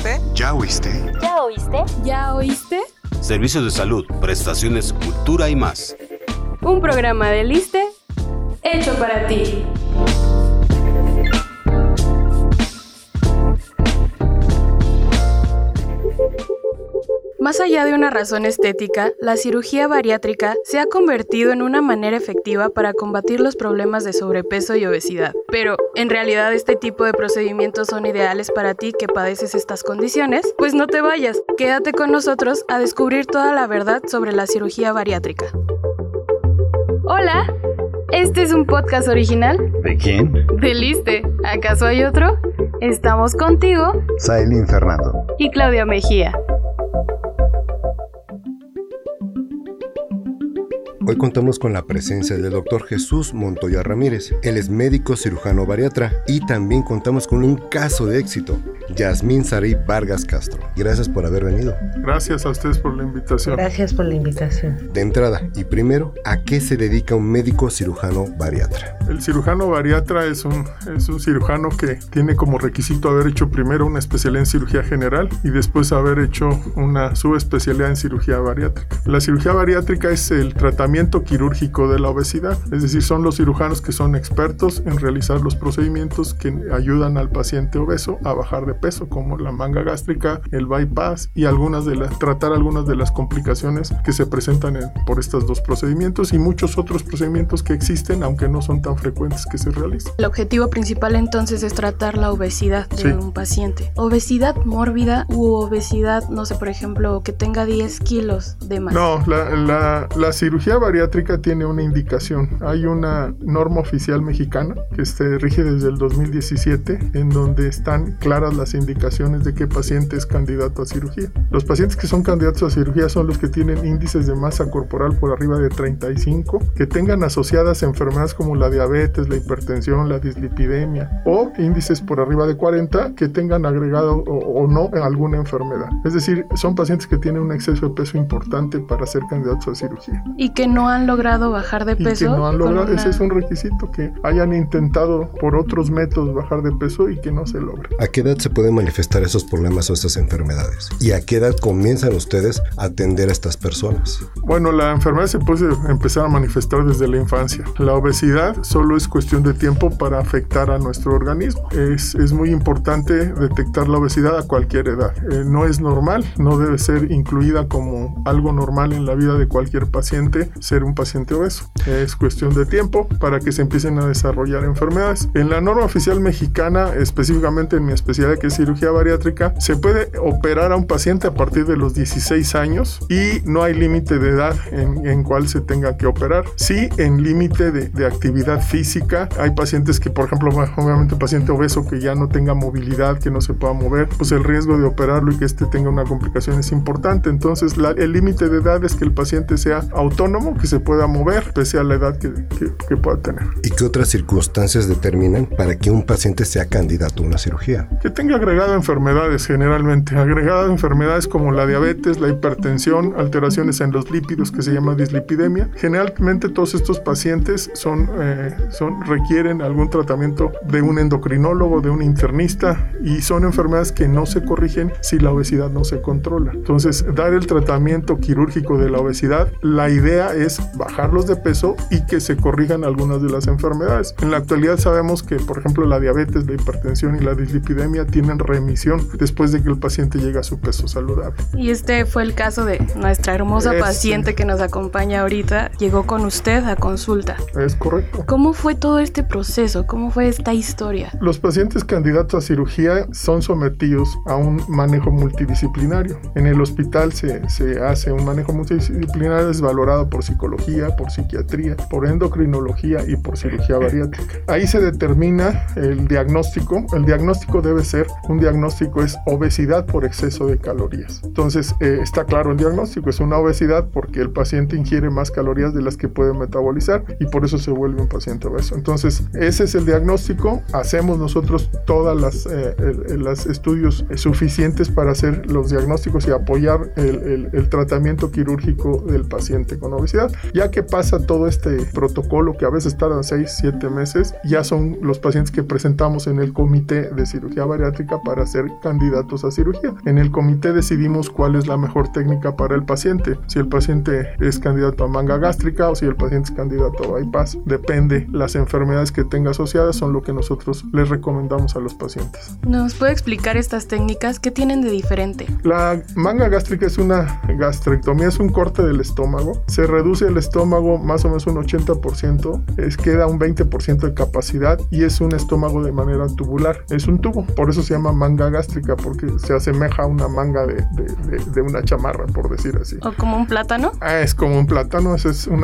oíste? ¿Ya oíste? ¿Ya oíste? ¿Ya oíste? Servicios de salud, prestaciones, cultura y más. Un programa del ISSSTE hecho para ti. Más allá de una razón estética, la cirugía bariátrica se ha convertido en una manera efectiva para combatir los problemas de sobrepeso y obesidad. Pero, ¿en realidad este tipo de procedimientos son ideales para ti que padeces estas condiciones? Pues no te vayas, quédate con nosotros a descubrir toda la verdad sobre la cirugía bariátrica. Hola, este es un podcast original. ¿De quién? Del ISSSTE. ¿Acaso hay otro? Estamos contigo, Sailin Fernando y Claudia Mejía. Hoy contamos con la presencia del Dr. Jesús Montoya Ramírez. Él es médico cirujano bariatra y también contamos con un caso de éxito, Yasmín Saray Vargas Castro. Gracias por haber venido. Gracias a ustedes por la invitación. Gracias por la invitación. De entrada y primero, ¿a qué se dedica un médico cirujano bariatra? El cirujano bariatra es un cirujano que tiene como requisito haber hecho primero una especialidad en cirugía general y después haber hecho una subespecialidad en cirugía bariátrica. La cirugía bariátrica es el tratamiento quirúrgico de la obesidad, es decir, son los cirujanos que son expertos en realizar los procedimientos que ayudan al paciente obeso a bajar de peso, como la manga gástrica, el bypass y tratar algunas de las complicaciones que se presentan por estos dos procedimientos y muchos otros procedimientos que existen, aunque no son tan frecuentes que se realicen. El objetivo principal entonces es tratar la obesidad de un paciente. Obesidad mórbida u obesidad, no sé, por ejemplo, que tenga 10 kilos de más. No, la cirugía bariátrica tiene una indicación. Hay una norma oficial mexicana que se rige desde el 2017 en donde están claras las indicaciones de qué paciente es candidato a cirugía. Los pacientes que son candidatos a cirugía son los que tienen índices de masa corporal por arriba de 35, que tengan asociadas enfermedades como la diabetes, la hipertensión, la dislipidemia, o índices por arriba de 40 que tengan agregado o no alguna enfermedad. Es decir, son pacientes que tienen un exceso de peso importante para ser candidatos a cirugía. Y que no han logrado bajar de peso. Y que no han logrado, ese es un requisito, que hayan intentado por otros métodos bajar de peso y que no se logra. ¿A qué edad se pueden manifestar esos problemas o estas enfermedades? ¿Y a qué edad comienzan ustedes a atender a estas personas? Bueno, la enfermedad se puede empezar a manifestar desde la infancia. La obesidad solo es cuestión de tiempo para afectar a nuestro organismo. Es muy importante detectar la obesidad a cualquier edad. No es normal, no debe ser incluida como algo normal en la vida de cualquier paciente ser un paciente obeso. Es cuestión de tiempo para que se empiecen a desarrollar enfermedades. En la norma oficial mexicana, específicamente en mi especialidad que es cirugía bariátrica, se puede operar a un paciente a partir de los 16 años y no hay límite de edad en cual se tenga que operar. Sí, en límite de actividad física. Hay pacientes que, por ejemplo, obviamente un paciente obeso que ya no tenga movilidad, que no se pueda mover, pues el riesgo de operarlo y que tenga una complicación es importante. Entonces, el límite de edad es que el paciente sea autónomo, que se pueda mover, pese a la edad que pueda tener. ¿Y qué otras circunstancias determinan para que un paciente sea candidato a una cirugía? Que tenga agregado enfermedades, generalmente. Agregado enfermedades como la diabetes, la hipertensión, alteraciones en los lípidos, que se llama dislipidemia. Generalmente todos estos pacientes requieren algún tratamiento de un endocrinólogo, de un internista, y son enfermedades que no se corrigen si la obesidad no se controla. Entonces, dar el tratamiento quirúrgico de la obesidad, la idea es bajarlos de peso y que se corrijan algunas de las enfermedades. En la actualidad sabemos que, por ejemplo, la diabetes, la hipertensión y la dislipidemia tienen remisión después de que el paciente llega a su peso saludable. Y este fue el caso de nuestra hermosa paciente que nos acompaña ahorita. Llegó con usted a consulta. Es correcto. ¿Cómo fue todo este proceso? ¿Cómo fue esta historia? Los pacientes candidatos a cirugía son sometidos a un manejo multidisciplinario. En el hospital se hace un manejo multidisciplinario, es valorado por psicología, por psiquiatría, por endocrinología y por cirugía bariátrica. Ahí se determina el diagnóstico. El diagnóstico debe ser un diagnóstico, es obesidad por exceso de calorías. Entonces, está claro el diagnóstico, es una obesidad porque el paciente ingiere más calorías de las que puede metabolizar y por eso se vuelve un paciente obeso. Entonces, ese es el diagnóstico. Hacemos nosotros todas las estudios suficientes para hacer los diagnósticos y apoyar el tratamiento quirúrgico del paciente con obesidad. obesidad. Ya que pasa todo este protocolo, que a veces tarda 6-7 meses, ya son los pacientes que presentamos en el comité de cirugía bariátrica para ser candidatos a cirugía. En el comité decidimos cuál es la mejor técnica para el paciente, si el paciente es candidato a manga gástrica o si el paciente es candidato a bypass. Depende, las enfermedades que tenga asociadas son lo que nosotros les recomendamos a los pacientes. ¿Nos puede explicar estas técnicas? ¿Qué tienen de diferente? La manga gástrica es una gastrectomía, es un corte del estómago. Se reduce el estómago más o menos un 80%, queda un 20% de capacidad y es un estómago de manera tubular. Es un tubo, por eso se llama manga gástrica, porque se asemeja a una manga de una chamarra, por decir así. ¿O como un plátano? Es como un plátano, ese es un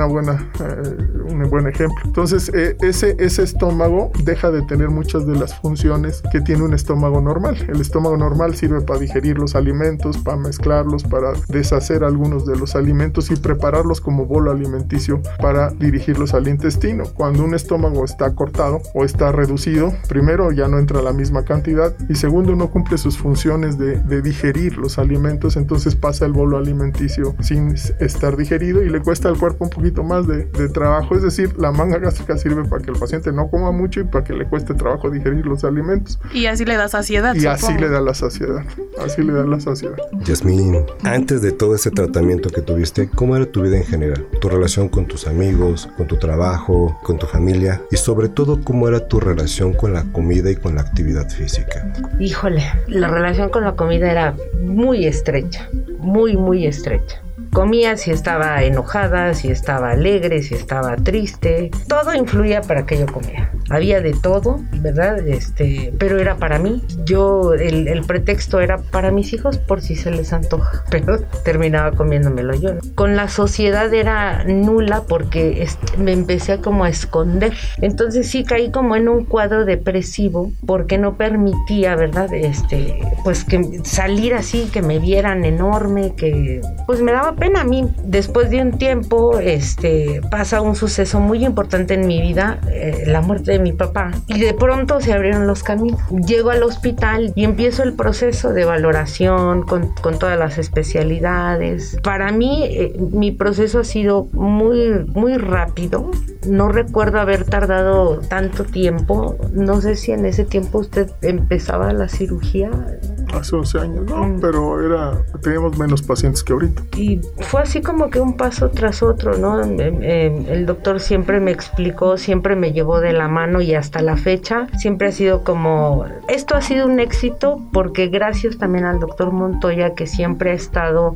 buen ejemplo. Entonces, ese estómago deja de tener muchas de las funciones que tiene un estómago normal. El estómago normal sirve para digerir los alimentos, para mezclarlos, para deshacer algunos de los alimentos y prepararlos como bolo alimenticio para dirigirlos al intestino. Cuando un estómago está cortado o está reducido, primero ya no entra la misma cantidad y segundo no cumple sus funciones de digerir los alimentos, entonces pasa el bolo alimenticio sin estar digerido y le cuesta al cuerpo un poquito más de trabajo. Es decir, la manga gástrica sirve para que el paciente no coma mucho y para que le cueste trabajo digerir los alimentos. Y así le da saciedad. Y así le da la saciedad. Así le da la saciedad. Yasmín, antes de todo ese tratamiento que tuviste, ¿cómo era tu vida en general? Tu relación con tus amigos, con tu trabajo, con tu familia y sobre todo, ¿cómo era tu relación con la comida y con la actividad física? Híjole, la relación con la comida era muy estrecha, muy estrecha. Comía si estaba enojada, si estaba alegre, si estaba triste. Todo influía para que yo comiera. Había de todo, ¿verdad? Pero era para mí. El pretexto era para mis hijos por si se les antoja. Pero terminaba comiéndomelo yo, ¿no? Con la sociedad era nula porque me empecé como a esconder. Entonces sí caí como en un cuadro depresivo porque no permitía, ¿verdad? Pues que salir así, que me vieran enorme, que pues me daba pena a mí. Después de un tiempo, pasa un suceso muy importante en mi vida, la muerte de mi papá, y de pronto se abrieron los caminos. Llego al hospital y empiezo el proceso de valoración con todas las especialidades. Para mí, mi proceso ha sido muy rápido. No recuerdo haber tardado tanto tiempo. No sé si en ese tiempo usted empezaba la cirugía. Hace 11 años, ¿no? Pero teníamos menos pacientes que ahorita. Y fue así como que un paso tras otro, ¿no? El doctor siempre me explicó, siempre me llevó de la mano y hasta la fecha siempre ha sido como... Esto ha sido un éxito porque gracias también al doctor Montoya, que siempre ha estado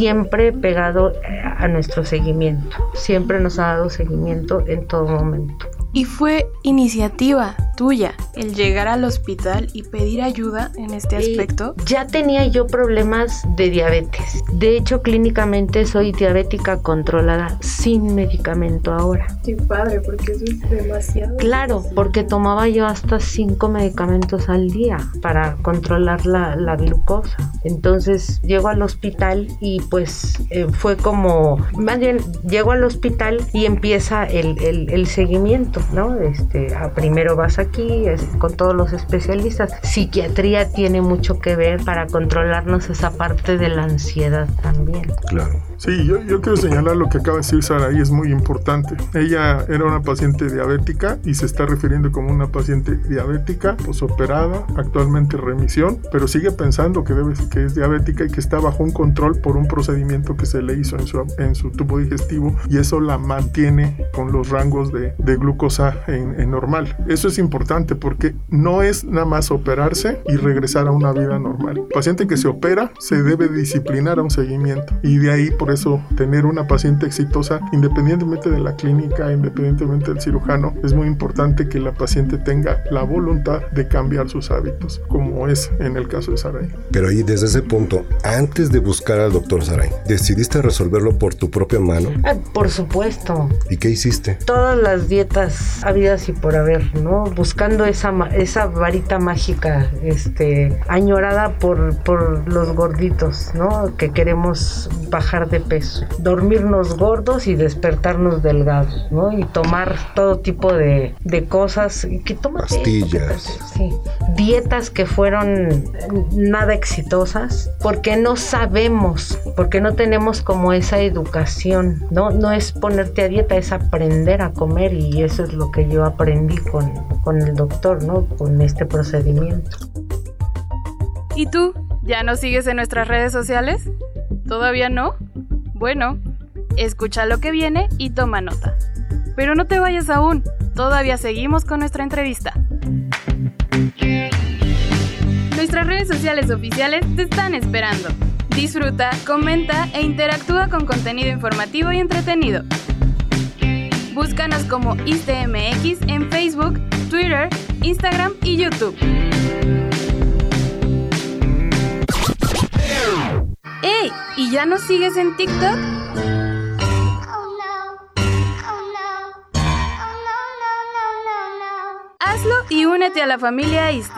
pegado a nuestro seguimiento. Siempre nos ha dado seguimiento en todo momento. Y fue iniciativa tuya el llegar al hospital y pedir ayuda en este aspecto. Ya tenía yo problemas de diabetes. De hecho, clínicamente soy diabética controlada sin medicamento ahora. Qué padre, porque eso es demasiado. Claro, porque tomaba yo hasta 5 medicamentos al día para controlar la glucosa. Entonces llego al hospital y pues fue como... Más bien, llego al hospital y empieza el seguimiento, ¿no? Primero vas aquí con todos los especialistas. Psiquiatría tiene mucho que ver para controlarnos esa parte de la ansiedad también. Claro. Sí, yo quiero señalar lo que acaba de decir Saraí, es muy importante. Ella era una paciente diabética y se está refiriendo como una paciente diabética, posoperada, actualmente en remisión, pero sigue pensando que es diabética y que está bajo un control por un procedimiento que se le hizo en su tubo digestivo, y eso la mantiene con los rangos de glucosa en normal. Eso es importante porque no es nada más operarse y regresar a una vida normal. El paciente que se opera se debe disciplinar a un seguimiento, y de ahí por eso tener una paciente exitosa, independientemente de la clínica, independientemente del cirujano, es muy importante que la paciente tenga la voluntad de cambiar sus hábitos, como es en el caso de Saraí. Pero ahí, desde ese punto, antes de buscar al doctor Saraí, ¿decidiste resolverlo por tu propia mano? Por supuesto. ¿Y qué hiciste? Todas las dietas habidas y por haber, ¿no? Buscando esa varita mágica, añorada por los gorditos, ¿no? Que queremos bajar de de peso, dormirnos gordos y despertarnos delgados, ¿no? Y tomar todo tipo de cosas que toman pastillas, sí, dietas que fueron nada exitosas, porque no sabemos, porque no tenemos como esa educación, no es ponerte a dieta, es aprender a comer, y eso es lo que yo aprendí con el doctor, ¿no? Con este procedimiento. ¿Y tú? ¿Ya nos sigues en nuestras redes sociales? ¿Todavía no? Bueno, escucha lo que viene y toma nota. Pero no te vayas aún, todavía seguimos con nuestra entrevista. Nuestras redes sociales oficiales te están esperando. Disfruta, comenta e interactúa con contenido informativo y entretenido. Búscanos como ISTEMX en Facebook, Twitter, Instagram y YouTube. ¡Ey! ¿Y ya nos sigues en TikTok? Hazlo y únete a la familia ISTE.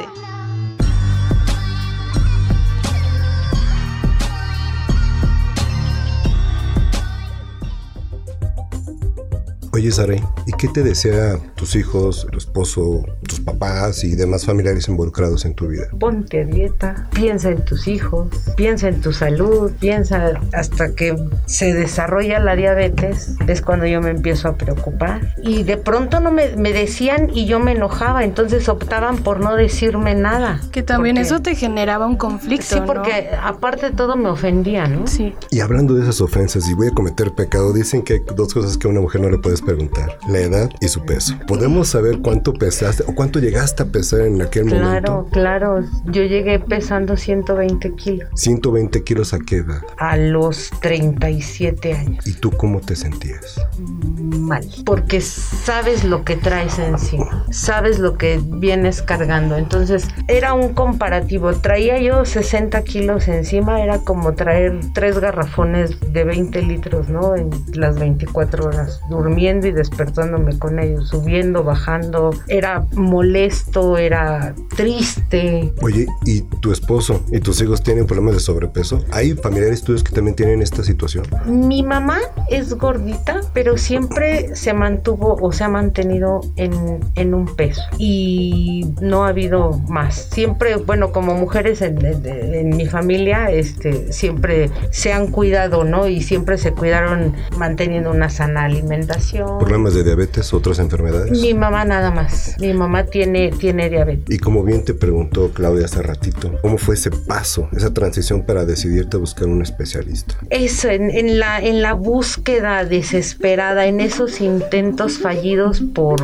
Oye, Saray, ¿y qué te desea tus hijos, tu esposo, tus papás y demás familiares involucrados en tu vida? Ponte a dieta, piensa en tus hijos, piensa en tu salud, piensa hasta que se desarrolla la diabetes, es cuando yo me empiezo a preocupar. Y de pronto no me decían y yo me enojaba, entonces optaban por no decirme nada. Que también eso te generaba un conflicto, sí, porque ¿no? Aparte de todo me ofendía, ¿no? Sí. Y hablando de esas ofensas, y voy a cometer pecado, dicen que hay dos cosas que a una mujer no le puedes preguntar: la edad y su peso. ¿Podemos saber cuánto pesaste o cuánto llegaste a pesar en aquel momento? Claro. Yo llegué pesando 120 kilos. ¿120 kilos a qué edad? A los 37 años. ¿Y tú cómo te sentías? Mal. Porque sabes lo que traes encima. Sabes lo que vienes cargando. Entonces, era un comparativo. Traía yo 60 kilos encima. Era como traer 3 garrafones de 20 litros, ¿no? En las 24 horas. Durmiendo y despertándome con ellos, subiendo, bajando, era molesto, era triste. Oye, ¿y tu esposo y tus hijos tienen problemas de sobrepeso? ¿Hay familiares tuyos que también tienen esta situación? Mi mamá es gordita, pero siempre se mantuvo o se ha mantenido en un peso y no ha habido más. Siempre, bueno, como mujeres en mi familia, siempre se han cuidado, ¿no? Y siempre se cuidaron manteniendo una sana alimentación. ¿Problemas de diabetes, otras enfermedades? Mi mamá nada más. Mi mamá tiene diabetes. Y como bien te preguntó Claudia hace ratito, ¿cómo fue ese paso, esa transición para decidirte a buscar un especialista? Eso, en la búsqueda desesperada, en esos intentos fallidos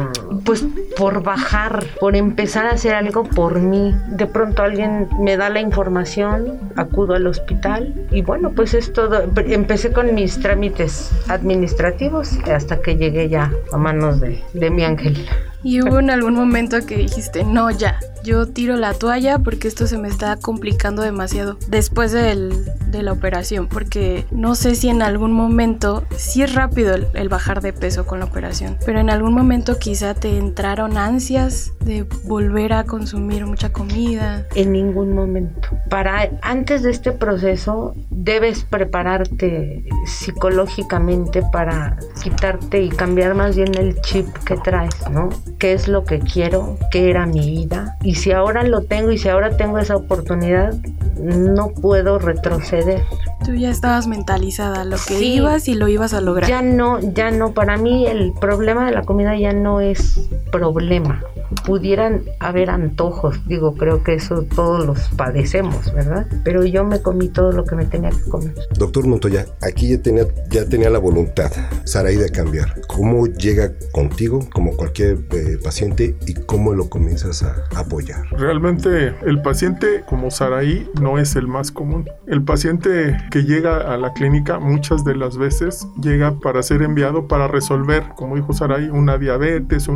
por bajar, por empezar a hacer algo por mí. De pronto alguien me da la información, acudo al hospital y bueno, pues es todo. Empecé con mis trámites administrativos hasta que llegué ya a manos de mi ángel. ¿Y hubo en algún momento que dijiste, no, ya, yo tiro la toalla porque esto se me está complicando demasiado después de la operación? Porque no sé si en algún momento, sí es rápido el bajar de peso con la operación, pero en algún momento quizá te entraron ansias de volver a consumir mucha comida. En ningún momento. Antes de este proceso debes prepararte psicológicamente para quitarte y cambiar más bien el chip que traes, ¿no? ¿Qué es lo que quiero? ¿Qué era mi vida? Y si ahora lo tengo y si ahora tengo esa oportunidad, no puedo retroceder. Tú ya estabas mentalizada, lo que ibas y lo ibas a lograr. Ya no. Para mí el problema de la comida ya no es problema. Pudieran haber antojos, creo que eso todos los padecemos, ¿verdad? Pero yo me comí todo lo que me tenía que comer. Doctor Montoya, aquí ya tenía la voluntad, Saray, de cambiar. ¿Cómo llega contigo, como cualquier paciente, y cómo lo comienzas a apoyar? Realmente el paciente como Saray no es el más común. El paciente que llega a la clínica muchas de las veces llega para ser enviado para resolver, como dijo Saray, una diabetes, una hipertensión,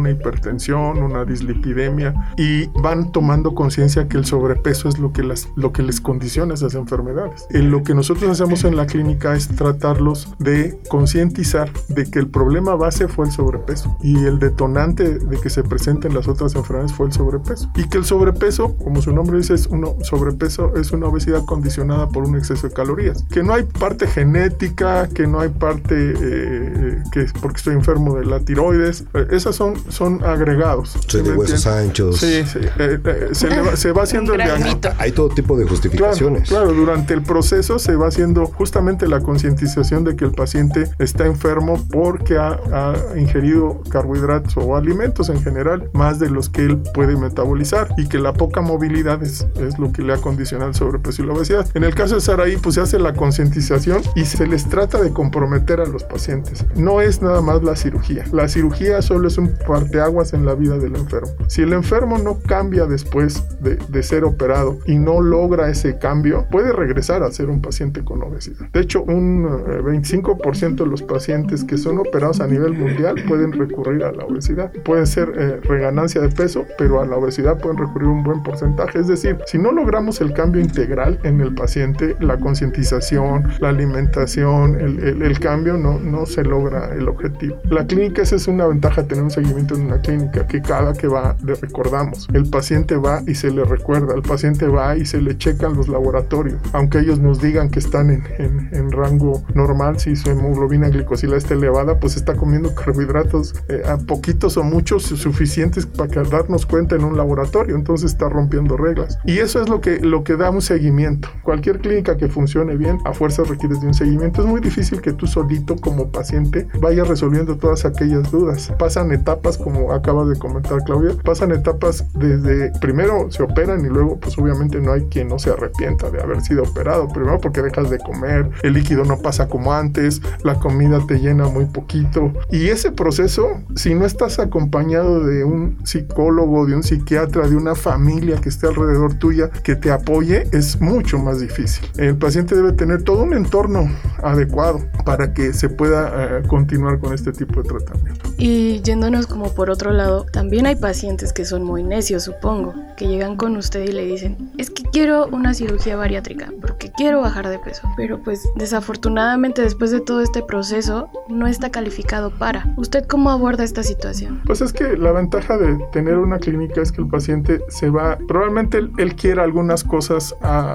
hipertensión, una dislipidemia, y van tomando conciencia que el sobrepeso es lo que les condiciona esas enfermedades. Lo que nosotros hacemos en la clínica es tratarlos de concientizar de que el problema base fue el sobrepeso y el detonante de que se presenten las otras enfermedades fue el sobrepeso, y que el sobrepeso, como su nombre dice, sobrepeso es una obesidad condicionada por un exceso de calorías, que no hay parte genética, que no hay parte que es porque estoy enfermo de la tiroides, esas son agregados. Soy de huesos anchos. Sí. Se va haciendo el diagnóstico. Hay todo tipo de justificaciones. Claro, durante el proceso se va haciendo justamente la concientización de que el paciente está enfermo porque ha ingerido carbohidratos o alimentos en general, más de los que él puede metabolizar, y que la poca movilidad es lo que le ha condicionado el sobrepeso y la obesidad. En el caso de Saraí, pues se hace la concientización y se les trata de comprometer a los pacientes. No es nada más la cirugía. La cirugía solo es un parteaguas en la vida del enfermo. Si el enfermo no cambia después de ser operado y no logra ese cambio, puede regresar a ser un paciente con obesidad. De hecho, un 25% de los pacientes que son operados a nivel mundial pueden recurrir a la obesidad. Puede ser reganancia de peso, pero a la obesidad pueden recurrir un buen porcentaje. Es decir, si no logramos el cambio integral en el paciente, la concientización, la alimentación, el cambio, no se logra el objetivo. La clínica, esa es una ventaja de tener un seguimiento en una clínica, que cada que va le recordamos. El paciente va y se le recuerda, el paciente va y se le checan los laboratorios, aunque ellos nos digan que están en rango normal. Si su hemoglobina glicosilada está elevada, pues está comiendo carbohidratos a poquitos o muchos suficientes para darnos cuenta en un laboratorio, entonces está rompiendo reglas, y eso es lo que da un seguimiento. Cualquier clínica que funcione bien a fuerzas requiere de un seguimiento. Es muy difícil que tú solito como paciente vayas resolviendo todas aquellas dudas. Pasan etapas, como acaba de comentar Claudia, pasan etapas desde primero se operan y luego pues obviamente no hay quien no se arrepienta de haber sido operado, primero porque dejas de comer, el líquido no pasa como antes, la comida te llena muy poquito, y ese proceso, si no estás acompañado de un psicólogo, de un psiquiatra, de una familia que esté alrededor tuya que te apoye, es mucho más difícil. El paciente debe tener todo un entorno adecuado para que se pueda continuar con este tipo de tratamiento. Y yéndonos como por otro lado, también hay pacientes que son muy necios, supongo, que llegan con usted y le dicen, es que quiero una cirugía bariátrica porque quiero bajar de peso, pero pues desafortunadamente después de todo este proceso no está calificado para. ¿Usted cómo aborda esta situación? Pues es que la ventaja de tener una clínica es que el paciente se va, probablemente él quiera algunas cosas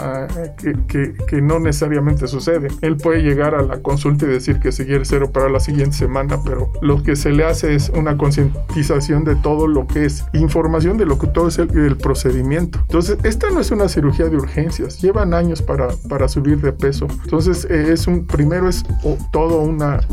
que no necesariamente suceden. Él puede llegar a la consulta y decir que se quiere ser operado la siguiente semana, pero lo que se le hace es una concientización de todo lo que es información de lo que todo es el procedimiento. Entonces, esta no es una cirugía de urgencias, llevan años para subir de peso. Entonces, primero es todo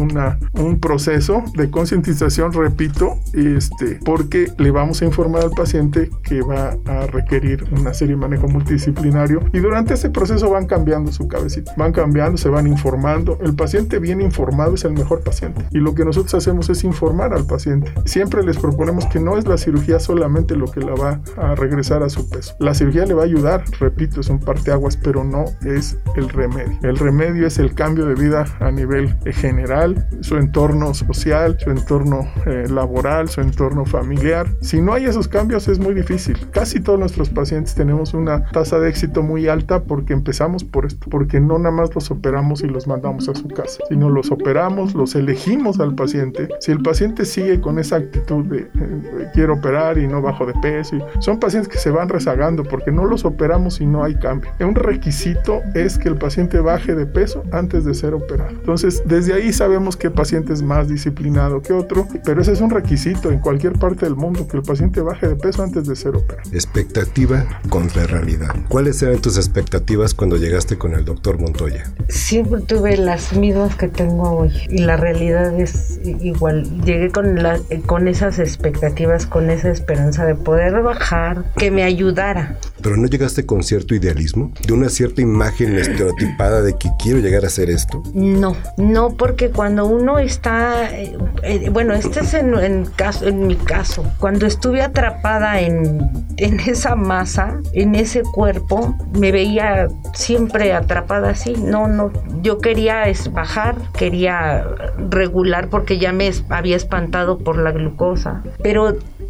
un proceso de concientización, repito, porque le vamos a informar al paciente que va a requerir una serie de manejo multidisciplinario, y durante ese proceso van cambiando su cabecita, van cambiando, se van informando. El paciente bien informado es el mejor paciente, y lo que nosotros hacemos es informar al paciente. Siempre les proponemos que no es la cirugía solamente lo que la va a regresar a su peso. La cirugía le va a ayudar, repito, es un parteaguas, pero no es el remedio. El remedio es el cambio de vida a nivel general, su entorno social, su entorno laboral, su entorno familiar. Si no hay esos cambios es muy difícil. Casi todos nuestros pacientes tenemos una tasa de éxito muy alta porque empezamos por esto, porque no nada más los operamos y los mandamos a su casa, sino los operamos, los elegimos al paciente. Si el paciente sigue con esa actitud de quiero operar y no bajo de peso, son pacientes que se van rezagando porque no los operamos y no hay cambio. Un requisito es que el paciente baje de peso antes de ser operado. Entonces, desde ahí sabemos que el paciente es más disciplinado que otro, pero ese es un requisito en cualquier parte del mundo, que el paciente baje de peso antes de ser operado. Expectativa contra realidad. ¿Cuáles eran tus expectativas cuando llegaste con el doctor Montoya? Siempre tuve las mismas que tengo hoy, y la realidad es igual. Llegué con esas expectativas, con esa esperanza de poder bajar, que me ayudara. ¿Pero no llegaste con cierto idealismo? ¿De una cierta imagen estereotipada de que quiero llegar a hacer esto? No, porque cuando uno está... este es en mi caso. Cuando estuve atrapada en esa masa, en ese cuerpo, me veía siempre atrapada así. No, yo quería bajar, quería regular porque ya me había espantado por la glucosa. Pero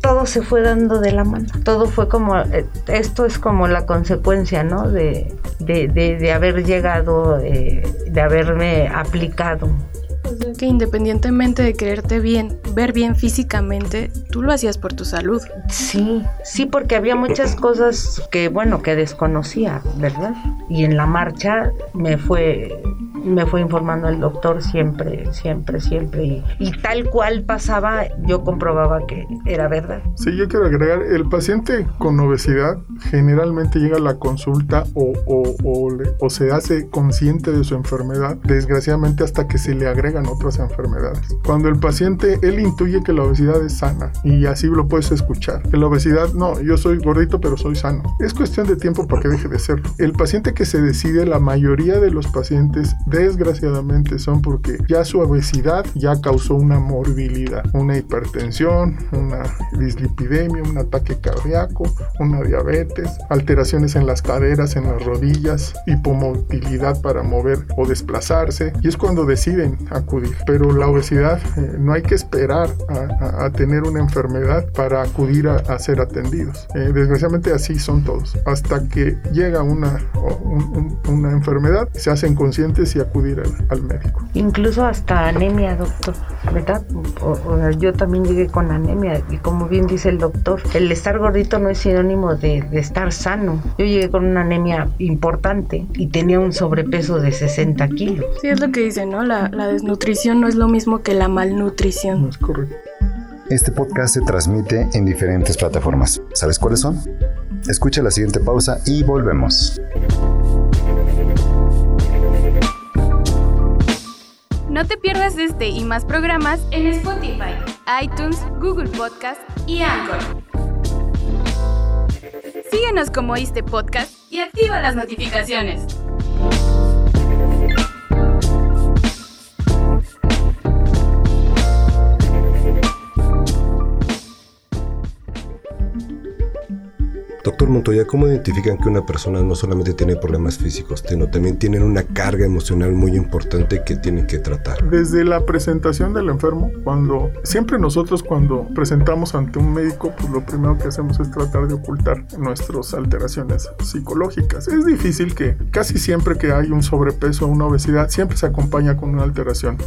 todo se fue dando de la mano. Todo fue como, esto es como la consecuencia, ¿no? De haber llegado, de haberme aplicado. O sea, que independientemente de quererte bien, ver bien físicamente, tú lo hacías por tu salud. Sí, porque había muchas cosas que desconocía, ¿verdad? Y en la marcha me fue informando el doctor siempre, y tal cual pasaba, yo comprobaba que era verdad. Sí, yo quiero agregar, el paciente con obesidad generalmente llega a la consulta o se hace consciente de su enfermedad, desgraciadamente hasta que se le agregan otras enfermedades. Cuando el paciente, él intuye que la obesidad es sana, y así lo puedes escuchar, que la obesidad, no, yo soy gordito pero soy sano. Es cuestión de tiempo para que deje de serlo. El paciente que se decide, la mayoría de los pacientes, desgraciadamente, son porque ya su obesidad ya causó una morbilidad, una hipertensión, una dislipidemia, un ataque cardíaco, una diabetes, alteraciones en las caderas, en las rodillas, hipomotilidad para mover o desplazarse, y es cuando deciden acudir. Pero la obesidad, no hay que esperar a tener una enfermedad para acudir a ser atendidos. Desgraciadamente así son todos. Hasta que llega una enfermedad, se hacen conscientes y acudir al médico. Incluso hasta anemia, doctor, ¿verdad? Yo también llegué con anemia, y como bien dice el doctor, el estar gordito no es sinónimo de estar sano. Yo llegué con una anemia importante y tenía un sobrepeso de 60 kilos. Sí, es lo que dicen, ¿no? La desnutrición no es lo mismo que la malnutrición. No es correcto. Este podcast se transmite en diferentes plataformas. ¿Sabes cuáles son? Escucha la siguiente pausa y volvemos. No te pierdas este y más programas en Spotify, iTunes, Google Podcast y Anchor. Síguenos como Iste Podcast y activa las notificaciones. Doctor Montoya, ¿cómo identifican que una persona no solamente tiene problemas físicos, sino también tienen una carga emocional muy importante que tienen que tratar? Desde la presentación del enfermo, siempre nosotros cuando presentamos ante un médico, pues lo primero que hacemos es tratar de ocultar nuestras alteraciones psicológicas. Es difícil que casi siempre que hay un sobrepeso o una obesidad, siempre se acompaña con una alteración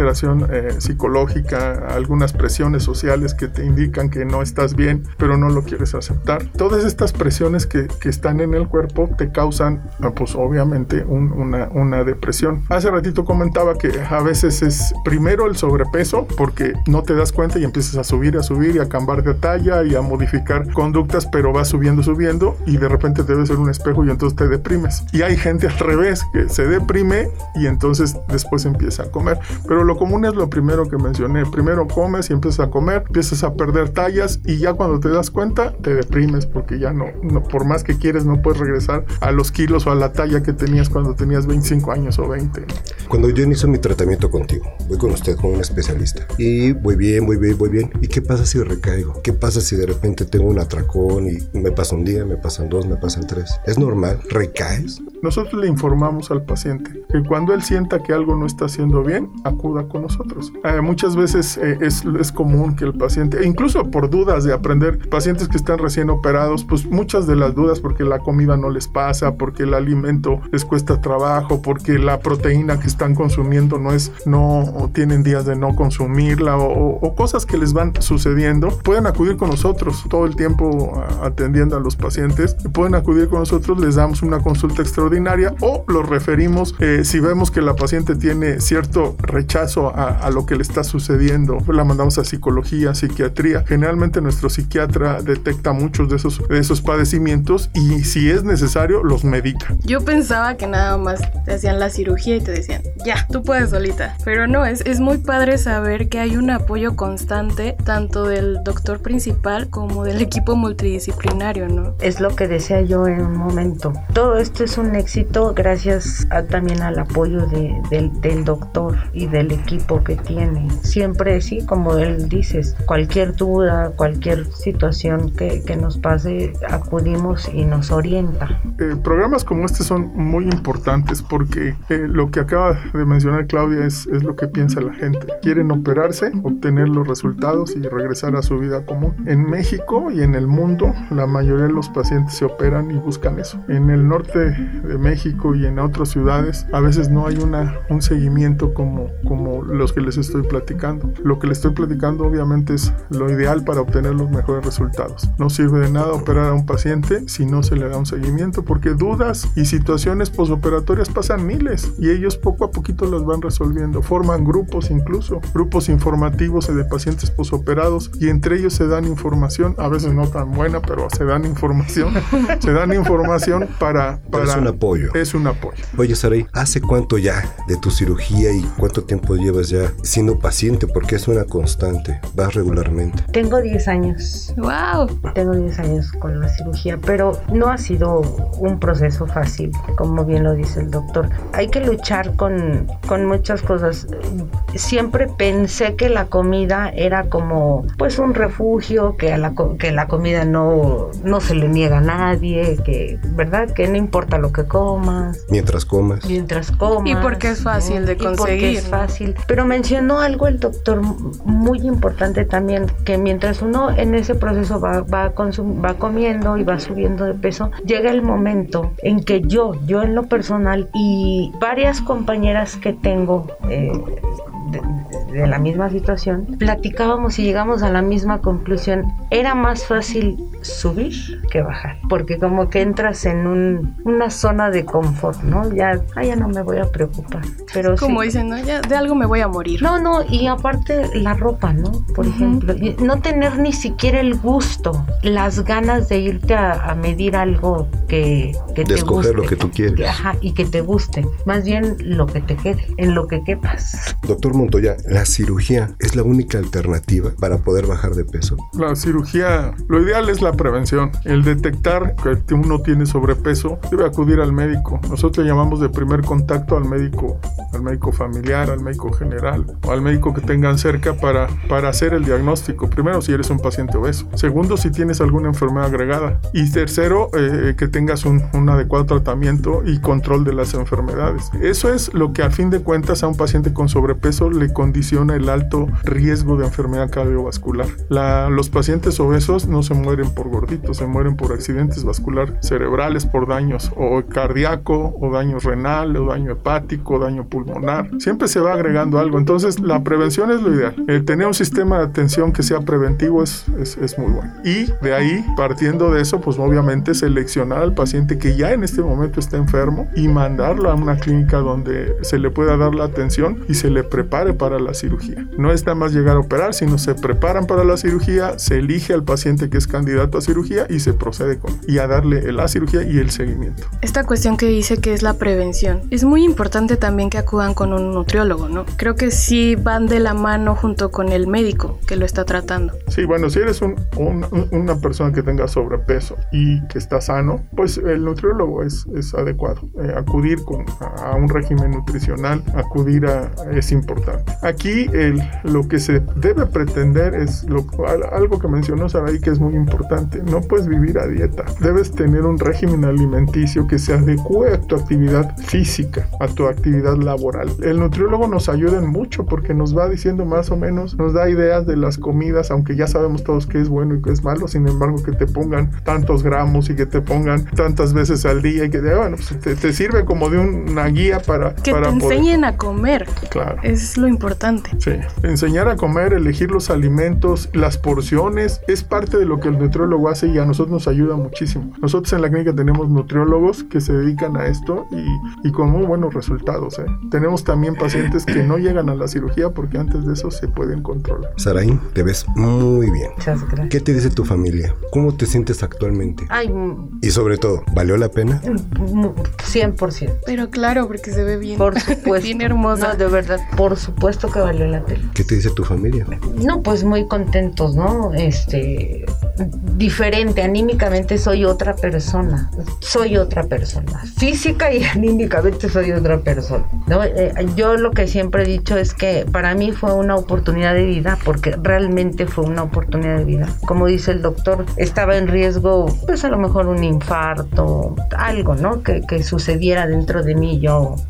psicológica, algunas presiones sociales que te indican que no estás bien, pero no lo quieres aceptar. Todas estas presiones que están en el cuerpo te causan, pues obviamente, una depresión. Hace ratito comentaba que a veces es primero el sobrepeso, porque no te das cuenta y empiezas a subir y a cambiar de talla y a modificar conductas, pero vas subiendo y de repente te ves en un espejo y entonces te deprimes. Y hay gente al revés, que se deprime y entonces después empieza a comer. Pero lo común es lo primero que mencioné. Primero comes y empiezas a comer, empiezas a perder tallas y ya cuando te das cuenta te deprimes, porque ya no, por más que quieres, no puedes regresar a los kilos o a la talla que tenías cuando tenías 25 años o 20. Cuando yo inicio mi tratamiento contigo, voy con usted, con un especialista, y voy bien. ¿Y qué pasa si recaigo? ¿Qué pasa si de repente tengo un atracón y me pasa un día, me pasan 2, me pasan 3? ¿Es normal? ¿Recaes? Nosotros le informamos al paciente que cuando él sienta que algo no está haciendo bien, acuda con nosotros. Muchas veces es común que el paciente, incluso por dudas de aprender, pacientes que están recién operados, pues muchas de las dudas porque la comida no les pasa, porque el alimento les cuesta trabajo, porque la proteína que están consumiendo no tienen días de no consumirla, o cosas que les van sucediendo, pueden acudir con nosotros todo el tiempo atendiendo a los pacientes. Pueden acudir con nosotros, les damos una consulta extraordinaria o los referimos si vemos que la paciente tiene cierto rechazo a lo que le está sucediendo. La mandamos a psicología, psiquiatría. Generalmente nuestro psiquiatra detecta muchos de esos padecimientos y si es necesario los medica. Yo pensaba que nada más te hacían la cirugía y te decían, ya, tú puedes solita. Pero no, es muy padre saber que hay un apoyo constante tanto del doctor principal como del equipo multidisciplinario, ¿no? Es lo que decía yo en un momento. Todo esto es un éxito gracias también al apoyo del doctor y del equipo que tiene. Siempre, sí, como él dice, cualquier duda, cualquier situación que nos pase, acudimos y nos orienta. Programas como este son muy importantes porque lo que acaba de mencionar Claudia es lo que piensa la gente. Quieren operarse, obtener los resultados y regresar a su vida común. En México y en el mundo, la mayoría de los pacientes se operan y buscan eso. En el norte de México y en otras ciudades, a veces no hay un seguimiento como los que les estoy platicando. Lo que les estoy platicando obviamente es lo ideal para obtener los mejores resultados. No sirve de nada operar a un paciente si no se le da un seguimiento, porque dudas y situaciones posoperatorias pasan miles y ellos poco a poquito las van resolviendo. Forman grupos, incluso grupos informativos de pacientes posoperados, y entre ellos se dan información, a veces no tan buena, pero se dan información para es un apoyo. Es un apoyo. Oye, Saraí, ¿hace cuánto ya de tu cirugía y cuánto tiempo llevas ya siendo paciente? Porque es una constante, vas regularmente. Tengo 10 años. ¡Wow! Tengo 10 años con la cirugía, pero no ha sido un proceso fácil, como bien lo dice el doctor. Hay que luchar con muchas cosas. Siempre pensé que la comida era como pues un refugio, que la comida no se le niega a nadie, que verdad que no importa lo que comas. Mientras comas. Y porque es fácil de conseguir. Y porque es fácil. Pero mencionó algo el doctor muy importante también, que mientras uno en ese proceso va comiendo y va subiendo de peso, llega el momento en que yo en lo personal y varias compañeras que tengo de la misma situación, platicábamos y llegamos a la misma conclusión. Era más fácil subir que bajar, porque como que entras en una zona de confort, ¿no? Ya no me voy a preocupar. Pero como sí, dicen, ¿no? Ya de algo me voy a morir. No, y aparte la ropa, ¿no? Por ejemplo, no tener ni siquiera el gusto, las ganas de irte a medir algo que te guste. De escoger lo que tú quieres. Ajá, y que te guste. Más bien lo que te quede, en lo que quepas. Doctor Montoya, ¿la cirugía es la única alternativa para poder bajar de peso? La cirugía, lo ideal es la prevención. El detectar que uno tiene sobrepeso, debe acudir al médico. Nosotros le llamamos de primer contacto al médico familiar, al médico general o al médico que tengan cerca para hacer el diagnóstico. Primero, si eres un paciente obeso. Segundo, si tienes alguna enfermedad agregada. Y tercero, que tengas un adecuado tratamiento y control de las enfermedades. Eso es lo que a fin de cuentas a un paciente con sobrepeso le condiciona el alto riesgo de enfermedad cardiovascular. Los pacientes obesos no se mueren por gorditos, se mueren por accidentes vasculares cerebrales, por daños o cardíaco, o daño renal, o daño hepático, o daño pulmonar. Siempre se va agregando algo. Entonces, la prevención es lo ideal. Tener un sistema de atención que sea preventivo es muy bueno. Y de ahí, partiendo de eso, pues obviamente seleccionar al paciente que ya en este momento está enfermo y mandarlo a una clínica donde se le pueda dar la atención y se le prepare para la cirugía. No es nada más llegar a operar, sino se preparan para la cirugía, se elige al paciente que es candidato a cirugía y se procede a darle la cirugía y el seguimiento. Esta cuestión que dice que es la prevención, es muy importante también que acudan con un nutriólogo, ¿no? Creo que sí van de la mano junto con el médico que lo está tratando. Sí, bueno, si eres una persona que tenga sobrepeso y que está sano, pues el nutriólogo es adecuado. Acudir a un régimen nutricional, es importante. Aquí lo que se debe pretender es algo que mencionó Saraí, que es muy importante. No puedes vivir a dieta. Debes tener un régimen alimenticio que se adecue a tu actividad física, a tu actividad laboral. El nutriólogo nos ayuda en mucho porque nos va diciendo más o menos, nos da ideas de las comidas, aunque ya sabemos todos qué es bueno y qué es malo. Sin embargo, que te pongan tantos gramos y que te pongan tantas veces al día y que pues, te sirve como de una guía para te enseñen a comer. Claro. Es lo importante. Sí. Enseñar a comer, elegir los alimentos, las porciones, es parte de lo que el nutriólogo hace y a nosotros nos ayuda muchísimo. Nosotros en la clínica tenemos nutriólogos que se dedican a esto y con muy buenos resultados. Tenemos también pacientes que no llegan a la cirugía porque antes de eso se pueden controlar. Saraí, te ves muy bien. Muchas gracias. ¿Qué te dice tu familia? ¿Cómo te sientes actualmente? Y sobre todo, ¿valió la pena? 100%. Pero claro, porque se ve bien. Por supuesto. Bien hermosa. No, de verdad, por supuesto que valió la pena. ¿Qué te dice tu familia? No, pues muy contentos, ¿no? diferente, anímicamente soy otra persona, física y anímicamente soy otra persona, ¿no? Yo lo que siempre he dicho es que para mí fue una oportunidad de vida, porque realmente fue una oportunidad de vida. Como dice el doctor, estaba en riesgo, pues a lo mejor un infarto, algo, ¿no? Que sucediera dentro de mí.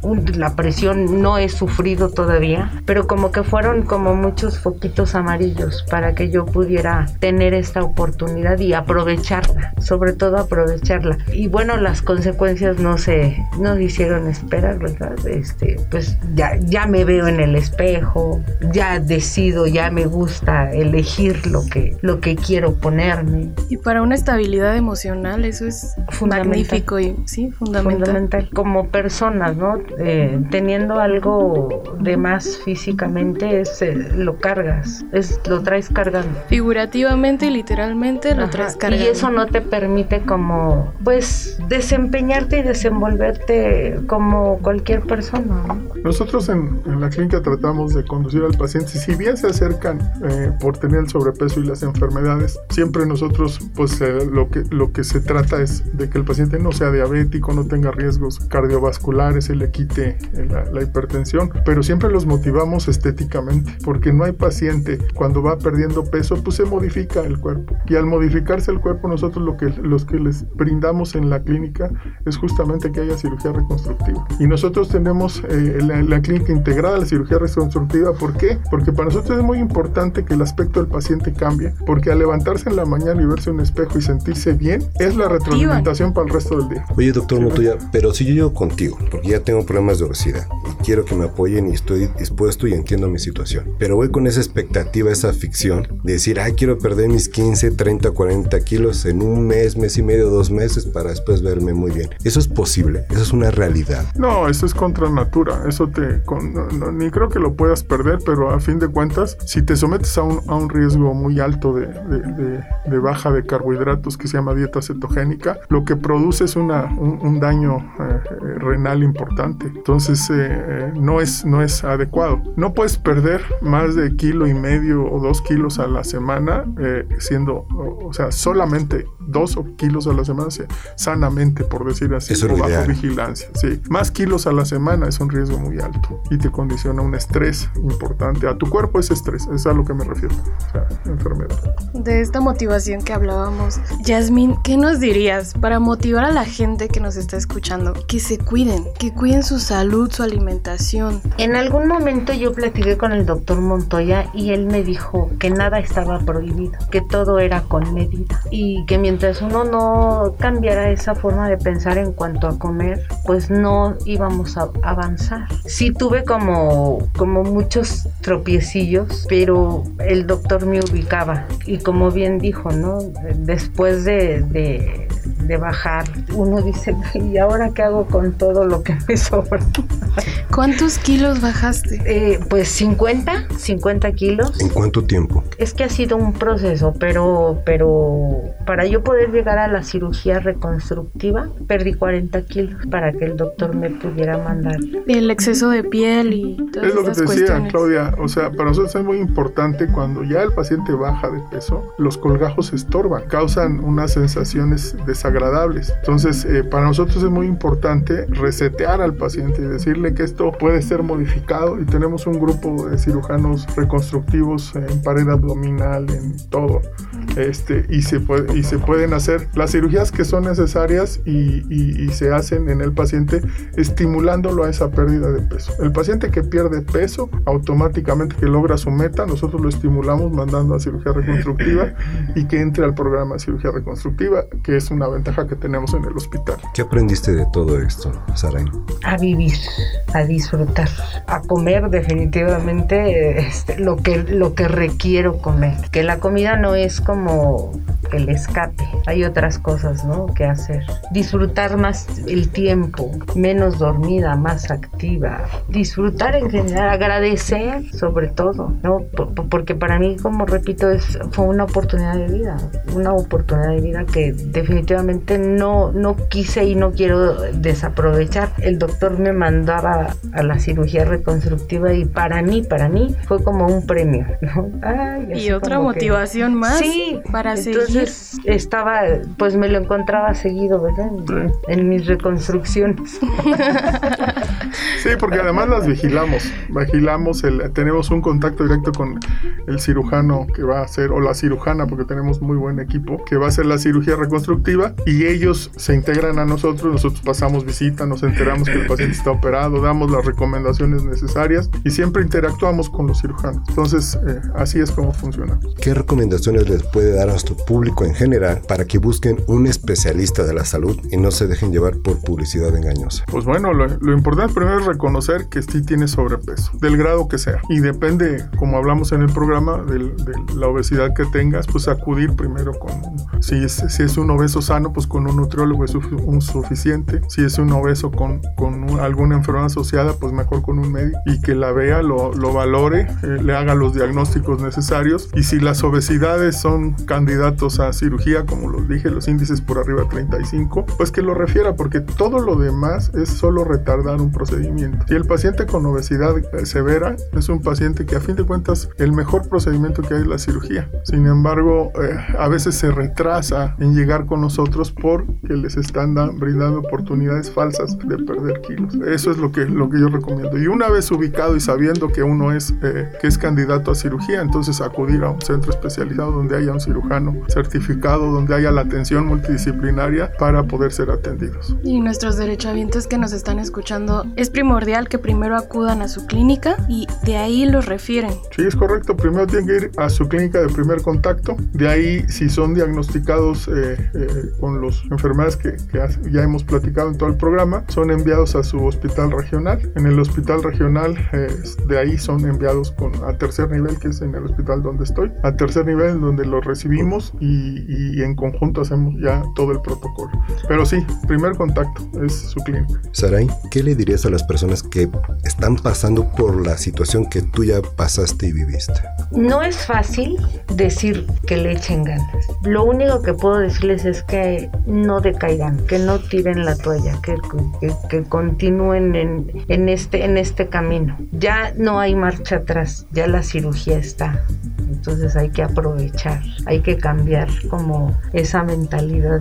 La presión no he sufrido todavía, pero como que fueron como muchos foquitos amarillos para que yo pudiera tener esta oportunidad y aprovecharla, sobre todo aprovecharla. Y bueno, las consecuencias no hicieron esperar, ¿verdad? Pues ya me veo en el espejo, ya decido, ya me gusta elegir lo que quiero ponerme. Y para una estabilidad emocional eso es magnífico y sí, fundamental. Como personas, ¿no? Teniendo algo de más físicamente, lo cargas, lo traes cargando. Figurativamente y literalmente lo traes cargando. Y eso no te permite como, pues, desempeñarte y desenvolverte como cualquier persona, ¿no? Nosotros en la clínica tratamos de conducir al paciente, si bien se acercan por tener el sobrepeso y las enfermedades, siempre nosotros, pues, lo que se trata es de que el paciente no sea diabético, no tenga riesgos cardiovasculares, se le quite la hipertensión, pero siempre los motivamos estéticamente, porque no hay paciente cuando va perdiendo peso, pues se modifica el cuerpo, y al modificarse el cuerpo nosotros los que les brindamos en la clínica es justamente que haya cirugía reconstructiva, y nosotros tenemos la clínica integrada a la cirugía reconstructiva. ¿Por qué? Porque para nosotros es muy importante que el aspecto del paciente cambie, porque al levantarse en la mañana y verse en un espejo y sentirse bien, es la retroalimentación para el resto del día. Oye, doctor Montoya, pero si yo llego contigo, porque ya tengo problemas de obesidad y quiero que me apoyen y estoy dispuesto y entiendo mi situación, pero voy con esa expectativa, esa ficción de decir, quiero perder mis 15, 30, 40 kilos en un mes y medio, 2 meses para después verme muy bien. ¿Eso es posible? ¿Eso es una realidad? No, eso es contra natura. Eso ni creo que lo puedas perder, pero a fin de cuentas, si te sometes a un riesgo muy alto de baja de carbohidratos que se llama dieta cetogénica, lo que produce es un daño renal importante. Entonces no es adecuado. No puedes perder más de 1,5 kilos o 2 kilos a la semana solamente 2 kilos a la semana sanamente, por decir así, eso o bajo ideal. Vigilancia. Sí. Más kilos a la semana es un riesgo muy alto y te condiciona un estrés importante. A tu cuerpo es estrés, es a lo que me refiero. O sea, enfermedad. De esta motivación que hablábamos, Yasmín, ¿qué nos dirías para motivar a la gente que nos está escuchando? Que se cuiden, que cuiden su salud, su alimentación. En algún momento yo platiqué con el doctor Montoya y él me dijo que nada estaba prohibido, que todo era con medida y que mientras uno no cambiara esa forma de pensar en cuanto a comer, pues no íbamos a avanzar. Sí tuve como muchos tropiecillos, pero el doctor me ubicaba y como bien dijo, ¿no? Después de bajar, uno dice, ¿y ahora qué hago con todo lo que me sobra? ¿Cuántos kilos bajaste? Pues 50 kilos. ¿En cuánto tiempo? Es que ha sido un proceso, pero para yo poder llegar a la cirugía reconstructiva, perdí 40 kilos para que el doctor me pudiera mandar. El exceso de piel y todas es lo que te decía, cuestiones. Claudia, o sea, para nosotros es muy importante cuando ya el paciente baja de peso, los colgajos estorban, causan unas sensaciones desagradables. Entonces, para nosotros es muy importante resetear al paciente y decirle que esto puede ser modificado, y tenemos un grupo de cirujanos reconstructivos en pared abdominal, en todo, y se pueden hacer las cirugías que son necesarias y se hacen en el paciente estimulándolo a esa pérdida de peso. El paciente que pierde peso, automáticamente que logra su meta, nosotros lo estimulamos mandando a cirugía reconstructiva y que entre al programa de cirugía reconstructiva, que es una ventaja que tenemos en el hospital. ¿Qué aprendiste de todo esto, Saray? A vivir, a disfrutar, a comer definitivamente lo que requiero comer. Que la comida no es como el escape, hay otras cosas, ¿no?, que hacer. Disfrutar más el tiempo, menos dormida, más activa. Disfrutar en general, agradecer sobre todo, ¿no? Porque para mí, como repito, fue una oportunidad de vida que definitivamente no quise y no quiero desaprovechar. El doctor me mandaba a la cirugía reconstructiva y para mí fue como un premio, ¿no? Y otra motivación más. Sí, Sí, para entonces estaba, pues me lo encontraba seguido, ¿verdad? En mis reconstrucciones. Sí, porque además las vigilamos, tenemos un contacto directo con el cirujano que va a hacer, o la cirujana, porque tenemos muy buen equipo, que va a hacer la cirugía reconstructiva, y ellos se integran a nosotros pasamos visita, nos enteramos que el paciente está operado, damos las recomendaciones necesarias y siempre interactuamos con los cirujanos. Entonces, así es como funciona. ¿Qué recomendaciones les puede dar a nuestro público en general para que busquen un especialista de la salud y no se dejen llevar por publicidad engañosa? Pues bueno, lo importante primero es reconocer que sí tiene sobrepeso, del grado que sea. Y depende, como hablamos en el programa, de la obesidad que tengas, pues acudir primero si es un obeso sano, pues con un nutriólogo es suficiente. Si es un obeso con alguna enfermedad asociada, pues mejor con un médico, y que la vea, lo valore, le haga los diagnósticos necesarios. Y si las obesidades son candidatos a cirugía, como los dije, los índices por arriba de 35, pues que lo refiera, porque todo lo demás es solo retardar un procedimiento. Si el paciente con obesidad severa es un paciente que a fin de cuentas el mejor procedimiento que hay es la cirugía. Sin embargo, a veces se retrasa en llegar con nosotros porque les están brindando oportunidades falsas de perder kilos. Eso es lo que yo recomiendo. Y una vez ubicado y sabiendo que uno es candidato a cirugía, entonces acudir a un centro especializado donde haya un cirujano certificado, donde haya la atención multidisciplinaria para poder ser atendidos. Y nuestros derechohabientes que nos están escuchando, es primordial que primero acudan a su clínica y de ahí los refieren. Sí, es correcto. Primero tienen que ir a su clínica de primer contacto. De ahí, si son diagnosticados con las enfermedades que ya hemos platicado en todo el programa, son enviados a su hospital regional. En el hospital regional, de ahí son enviados a tercer nivel, que es en el hospital donde estoy, a tercer nivel donde los recibimos y en conjunto hacemos ya todo el protocolo. Pero sí, primer contacto es su clínica. Saray, ¿qué le dirías a las personas que están pasando por la situación que tú ya pasaste y viviste? No es fácil decir que le echen ganas. Lo único que puedo decirles es que no decaigan, que no tiren la toalla, que continúen en este camino. Ya no hay marcha atrás, ya la cirugía está. Entonces hay que aprovechar, hay que cambiar como esa mentalidad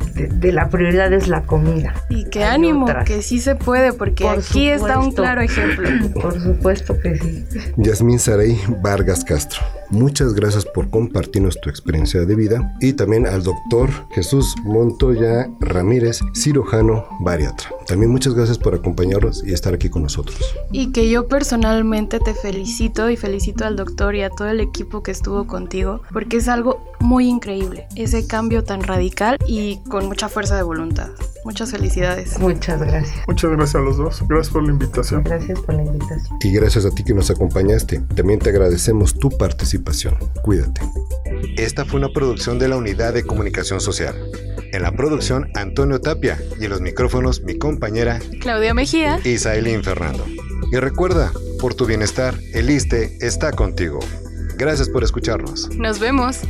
de la prioridad es la comida. Y que ánimo, que sí se puede, porque por aquí supuesto, está un claro ejemplo. Por supuesto que sí. Yasmín Saray Vargas Castro, muchas gracias por compartirnos tu experiencia de vida, y también al doctor Jesús Montoya Ramírez, cirujano bariatra. También muchas gracias por acompañarnos y estar aquí con nosotros. Y que yo personalmente te felicito y felicito al doctor y a todo el equipo que estuvo contigo, porque es algo muy increíble, ese cambio tan radical y con mucha fuerza de voluntad. Muchas felicidades. Muchas gracias. Muchas gracias a los dos. Gracias por la invitación. Gracias por la invitación. Y gracias a ti que nos acompañaste. También te agradecemos tu participación. Cuídate. Esta fue una producción de la Unidad de Comunicación Social. En la producción, Antonio Tapia, y en los micrófonos, mi compañera Claudia Mejía y Sailín Fernando. Y recuerda, por tu bienestar, el ISSSTE está contigo. Gracias por escucharnos. Nos vemos.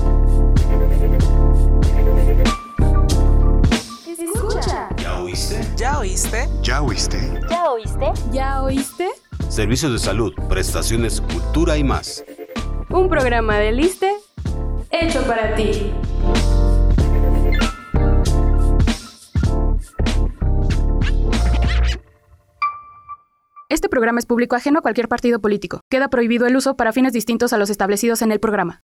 Escucha. ¿Ya oíste? ¿Ya oíste? ¿Ya oíste? ¿Ya oíste? ¿Ya oíste? Servicios de salud, prestaciones, cultura y más. Un programa del ISSSTE hecho para ti. Este programa es público ajeno a cualquier partido político. Queda prohibido el uso para fines distintos a los establecidos en el programa.